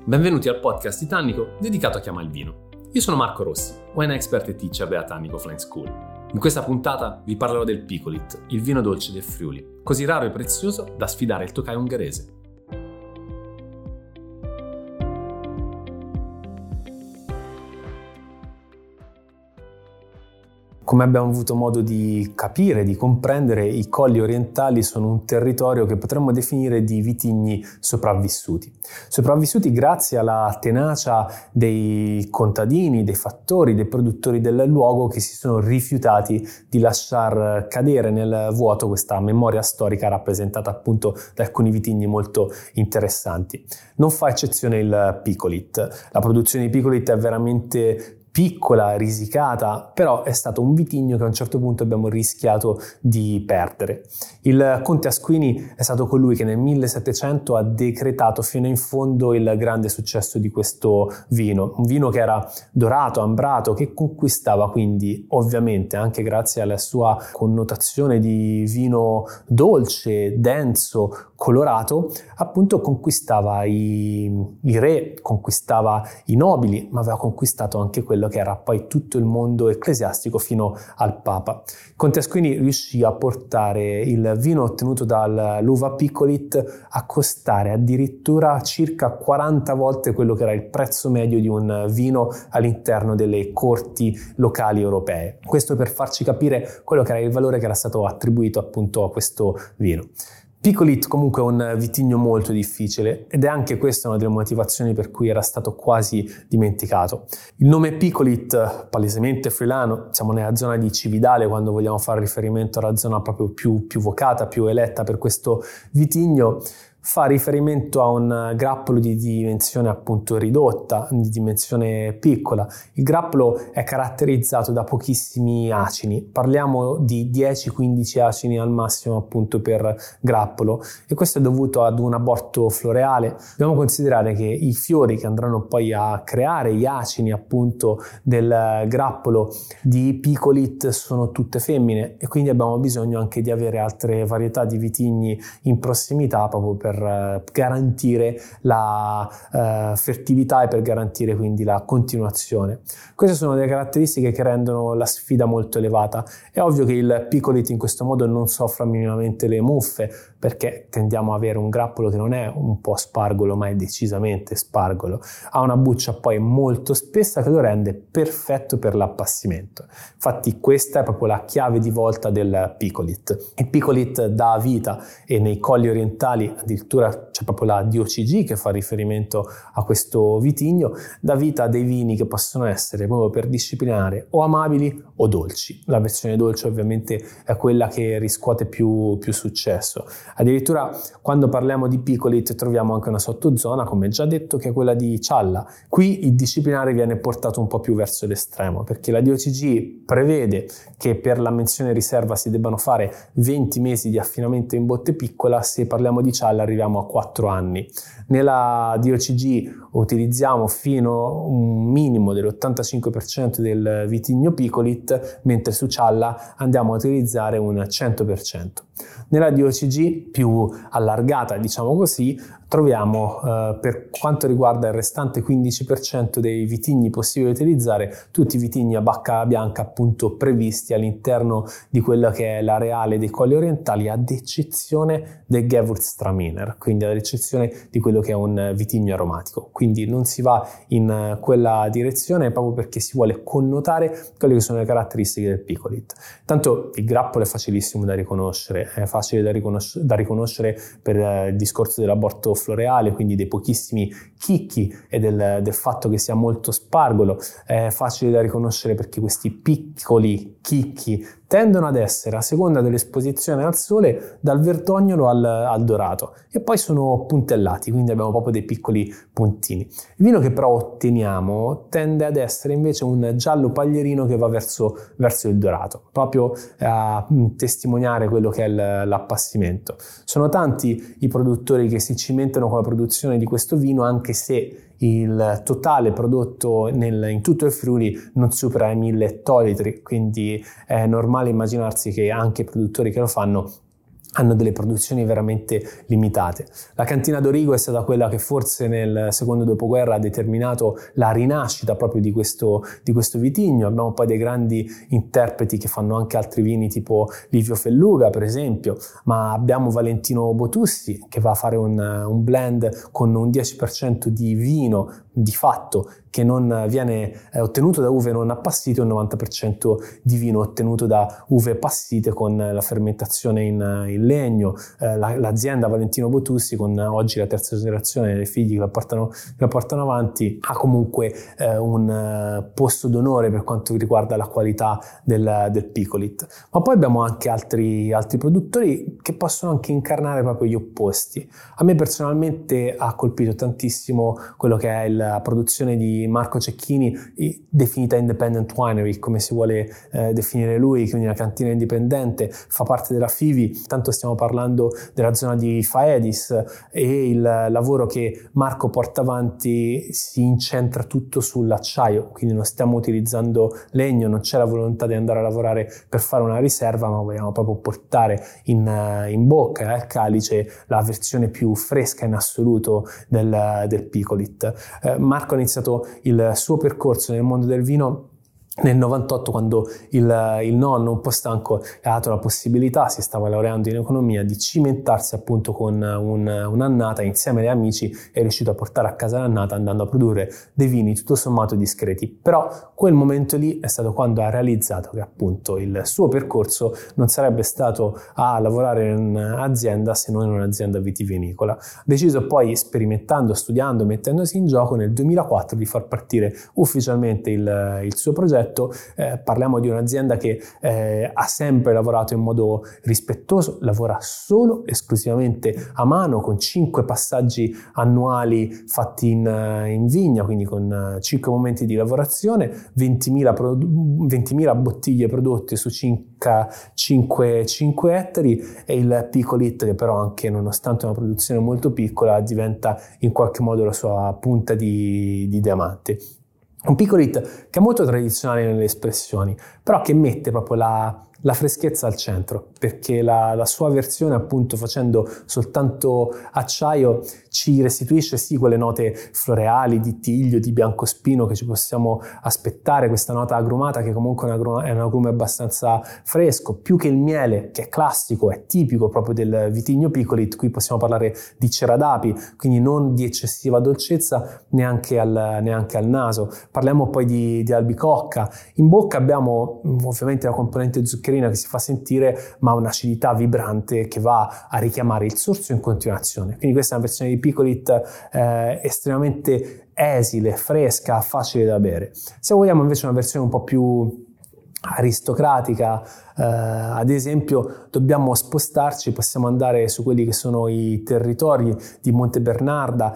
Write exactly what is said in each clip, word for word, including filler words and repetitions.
Benvenuti al podcast Titanico dedicato a chi ama il vino. Io sono Marco Rossi, wine expert e teacher della Tannico Flying School. In questa puntata vi parlerò del Picolit, il vino dolce del Friuli, così raro e prezioso da sfidare il Tokai ungherese. Come abbiamo avuto modo di capire, di comprendere, i colli orientali sono un territorio che potremmo definire di vitigni sopravvissuti. Sopravvissuti grazie alla tenacia dei contadini, dei fattori, dei produttori del luogo che si sono rifiutati di lasciar cadere nel vuoto questa memoria storica rappresentata appunto da alcuni vitigni molto interessanti. Non fa eccezione il Picolit. La produzione di Picolit è veramente piccola, risicata, però è stato un vitigno che a un certo punto abbiamo rischiato di perdere. Il conte Asquini è stato colui che nel millesettecento ha decretato fino in fondo il grande successo di questo vino, un vino che era dorato, ambrato, che conquistava quindi ovviamente anche grazie alla sua connotazione di vino dolce, denso, colorato, appunto conquistava i, i re, conquistava i nobili, ma aveva conquistato anche quello che era poi tutto il mondo ecclesiastico fino al Papa. Conte Asquini riuscì a portare il vino ottenuto dall'uva Picolit a costare addirittura circa quaranta volte quello che era il prezzo medio di un vino all'interno delle corti locali europee. Questo per farci capire quello che era il valore che era stato attribuito appunto a questo vino. Picolit comunque è un vitigno molto difficile ed è anche questa una delle motivazioni per cui era stato quasi dimenticato. Il nome Picolit, palesemente friulano, siamo nella zona di Cividale quando vogliamo fare riferimento alla zona proprio più, più vocata, più eletta per questo vitigno, fa riferimento a un grappolo di dimensione appunto ridotta, di dimensione piccola. Il grappolo è caratterizzato da pochissimi acini, parliamo di dieci quindici acini al massimo appunto per grappolo, e questo è dovuto ad un aborto floreale. Dobbiamo considerare che i fiori che andranno poi a creare gli acini appunto del grappolo di Picolit sono tutte femmine, e quindi abbiamo bisogno anche di avere altre varietà di vitigni in prossimità proprio per per garantire la uh, fertilità e per garantire quindi la continuazione. Queste sono delle caratteristiche che rendono la sfida molto elevata. È ovvio che il Picolit in questo modo non soffra minimamente le muffe, perché tendiamo a avere un grappolo che non è un po' spargolo, ma è decisamente spargolo. Ha una buccia poi molto spessa che lo rende perfetto per l'appassimento. Infatti questa è proprio la chiave di volta del Picolit. Il Picolit dà vita, e nei colli orientali addirittura c'è proprio la D O C G che fa riferimento a questo vitigno, dà vita a dei vini che possono essere proprio per disciplinare o amabili o dolci. La versione dolce ovviamente è quella che riscuote più, più successo. Addirittura quando parliamo di Picolit troviamo anche una sottozona, come già detto, che è quella di Cialla. Qui il disciplinare viene portato un po' più verso l'estremo, perché la D O C G prevede che per la menzione riserva si debbano fare venti mesi di affinamento in botte piccola. Se parliamo di Cialla arriviamo a quattro anni. Nella D O C G utilizziamo fino a un minimo dell'ottantacinque per cento del vitigno Picolit, mentre su Cialla andiamo a utilizzare un cento per cento. Nella D O C G più allargata, diciamo così, troviamo eh, per quanto riguarda il restante quindici per cento dei vitigni possibili da utilizzare, tutti i vitigni a bacca bianca appunto previsti all'interno di quella che è l'areale dei colli orientali, ad eccezione del Gewürztraminer, quindi ad eccezione di quello che è un vitigno aromatico. Quindi non si va in quella direzione proprio perché si vuole connotare quelle che sono le caratteristiche del Picolit. Tanto il grappolo è facilissimo da riconoscere, è facile da, riconos- da riconoscere per eh, il discorso dell'aborto floreale, quindi dei pochissimi chicchi e del, del fatto che sia molto spargolo. È facile da riconoscere perché questi piccoli chicchi tendono ad essere, a seconda dell'esposizione al sole, dal verdognolo al, al dorato, e poi sono puntellati, quindi abbiamo proprio dei piccoli puntini. Il vino che però otteniamo tende ad essere invece un giallo paglierino che va verso, verso il dorato, proprio a testimoniare quello che è l'appassimento. Sono tanti i produttori che si cimentano con la produzione di questo vino, anche se il totale prodotto nel, in tutto il Friuli non supera i mille ettolitri, quindi è normale immaginarsi che anche i produttori che lo fanno hanno delle produzioni veramente limitate. La cantina d'Origo è stata quella che forse nel secondo dopoguerra ha determinato la rinascita proprio di questo, di questo vitigno. Abbiamo poi dei grandi interpreti che fanno anche altri vini tipo Livio Felluga per esempio, ma abbiamo Valentino Botussi che va a fare un, un blend con un dieci per cento di vino di fatto che non viene eh, ottenuto da uve non appassite, un novanta per cento di vino ottenuto da uve appassite con la fermentazione in, in legno. Eh, la, l'azienda Valentino Botussi, con oggi la terza generazione dei figli che la portano, che la portano avanti, ha comunque eh, un uh, posto d'onore per quanto riguarda la qualità del, del Picolit. Ma poi abbiamo anche altri, altri produttori che possono anche incarnare proprio gli opposti. A me personalmente ha colpito tantissimo quello che è la produzione di Marco Cecchini, definita independent winery, come si vuole eh, definire lui, quindi una cantina indipendente, fa parte della Fivi. Tanto stiamo parlando della zona di Faedis, e il lavoro che Marco porta avanti si incentra tutto sull'acciaio, quindi non stiamo utilizzando legno, non c'è la volontà di andare a lavorare per fare una riserva, ma vogliamo proprio portare in, in bocca, al calice, la versione più fresca in assoluto del, del Picolit. Eh, Marco ha iniziato il suo percorso nel mondo del vino nel novantotto, quando il, il nonno, un po' stanco, gli ha dato la possibilità, si stava laureando in economia, di cimentarsi appunto con un, un'annata. Insieme agli amici è riuscito a portare a casa l'annata, andando a produrre dei vini tutto sommato discreti. Però quel momento lì è stato quando ha realizzato che appunto il suo percorso non sarebbe stato a lavorare in un'azienda se non in un'azienda vitivinicola. Ha deciso poi, sperimentando, studiando, mettendosi in gioco, nel duemilaquattro di far partire ufficialmente il, il suo progetto. Eh, parliamo di un'azienda che eh, ha sempre lavorato in modo rispettoso, lavora solo esclusivamente a mano, con cinque passaggi annuali fatti in, in vigna, quindi con cinque momenti di lavorazione, ventimila, produ- ventimila bottiglie prodotte su circa cinque ettari, e il Picolit, che però, anche nonostante una produzione molto piccola, diventa in qualche modo la sua punta di, di diamante. Un Picolit che è molto tradizionale nelle espressioni, però che mette proprio la, la freschezza al centro, perché la, la sua versione, appunto, facendo soltanto acciaio, ci restituisce sì quelle note floreali di tiglio, di biancospino che ci possiamo aspettare, questa nota agrumata che comunque è un agrume, è un agrume abbastanza fresco, più che il miele che è classico, è tipico proprio del vitigno Picolit. Qui possiamo parlare di cera d'api, quindi non di eccessiva dolcezza neanche al, neanche al naso. Parliamo poi di, di albicocca. In bocca abbiamo ovviamente la componente zuccherina che si fa sentire, ma un'acidità vibrante che va a richiamare il sorso in continuazione. Quindi questa è una versione di Picolit eh, estremamente esile, fresca, facile da bere. Se vogliamo invece una versione un po' più aristocratica, eh, ad esempio, dobbiamo spostarci, possiamo andare su quelli che sono i territori di Montebernarda,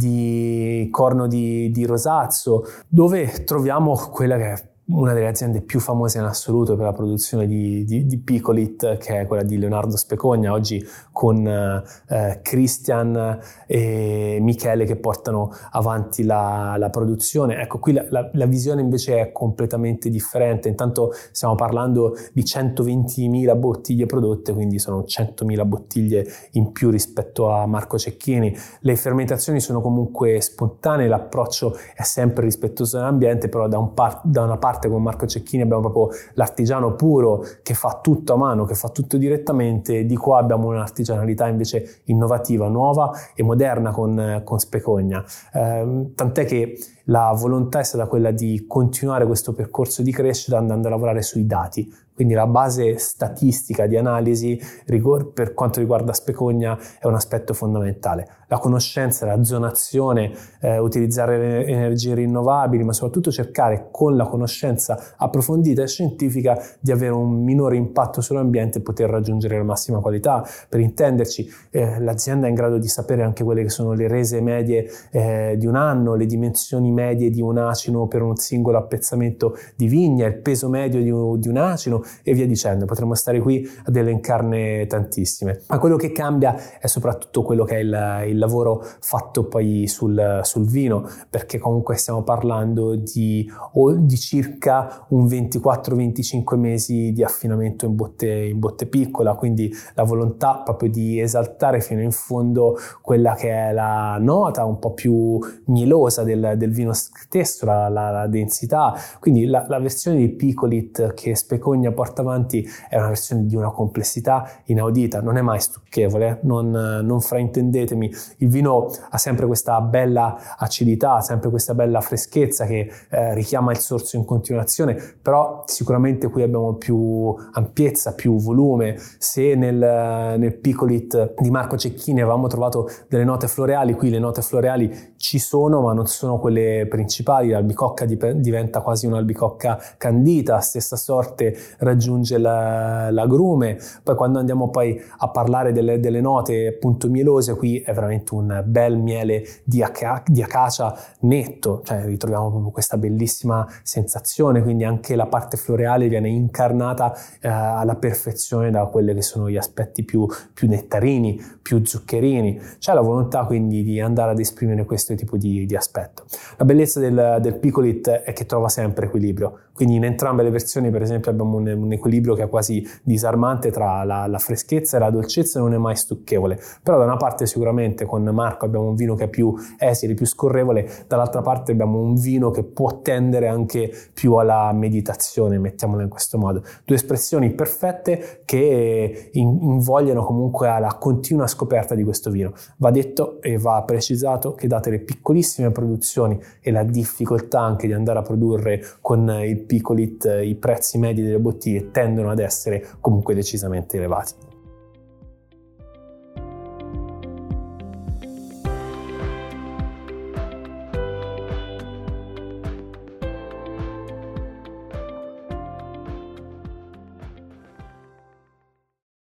di Corno di, di Rosazzo, dove troviamo quella che è una delle aziende più famose in assoluto per la produzione di, di, di Picolit, che è quella di Leonardo Specogna, oggi con eh, Christian e Michele che portano avanti la, la produzione. Ecco, qui la, la, la visione invece è completamente differente. Intanto stiamo parlando di centoventimila bottiglie prodotte, quindi sono centomila bottiglie in più rispetto a Marco Cecchini. Le fermentazioni sono comunque spontanee, l'approccio è sempre rispettoso dell'ambiente, però da, un par- da una parte con Marco Cecchini abbiamo proprio l'artigiano puro che fa tutto a mano, che fa tutto direttamente. Di qua abbiamo un'artigianalità invece innovativa, nuova e moderna con, con Specogna. Eh, tant'è che la volontà è stata quella di continuare questo percorso di crescita andando a lavorare sui dati. Quindi la base statistica di analisi per quanto riguarda Specogna è un aspetto fondamentale. La conoscenza, la zonazione, eh, utilizzare energie rinnovabili, ma soprattutto cercare con la conoscenza approfondita e scientifica di avere un minore impatto sull'ambiente e poter raggiungere la massima qualità. Per intenderci, eh, l'azienda è in grado di sapere anche quelle che sono le rese medie eh, di un anno, le dimensioni medie di un acino per un singolo appezzamento di vigna, il peso medio di un, di un acino e via dicendo. Potremmo stare qui ad elencarne tantissime. Ma quello che cambia è soprattutto quello che è il, il lavoro fatto poi sul, sul vino, perché comunque stiamo parlando di, o di circa un ventiquattro venticinque mesi di affinamento in botte, in botte piccola, quindi la volontà proprio di esaltare fino in fondo quella che è la nota un po' più mielosa del, del vino stesso, la, la, la densità. Quindi la, la versione di Picolit che Specogna porta avanti è una versione di una complessità inaudita, non è mai stucchevole, non, non fraintendetemi, il vino ha sempre questa bella acidità, sempre questa bella freschezza che eh, richiama il sorso in continuazione, però sicuramente qui abbiamo più ampiezza, più volume. Se nel, nel Picolit di Marco Cecchini avevamo trovato delle note floreali, qui le note floreali ci sono, ma non sono quelle principali. L'albicocca dip- diventa quasi un'albicocca candita, stessa sorte raggiunge la, l'agrume. Poi quando andiamo poi a parlare delle, delle note appunto mielose, qui è veramente un bel miele di, aca- di acacia netto, cioè ritroviamo proprio questa bellissima sensazione, quindi anche la parte floreale viene incarnata eh, alla perfezione da quelli che sono gli aspetti più, più nettarini, più zuccherini. C'è la volontà quindi di andare ad esprimere questo tipo di, di aspetto. La bellezza del, del Picolit è che trova sempre equilibrio, quindi in entrambe le versioni per esempio abbiamo un, un equilibrio che è quasi disarmante tra la, la freschezza e la dolcezza, non è mai stucchevole. Però da una parte sicuramente con Marco abbiamo un vino che è più esile, più scorrevole, dall'altra parte abbiamo un vino che può tendere anche più alla meditazione, mettiamola in questo modo. Due espressioni perfette che in, invogliano comunque alla continua scoperta di questo vino. Va detto e va precisato che date le piccolissime produzioni e la difficoltà anche di andare a produrre con il Picolit, i prezzi medi delle bottiglie tendono ad essere comunque decisamente elevati.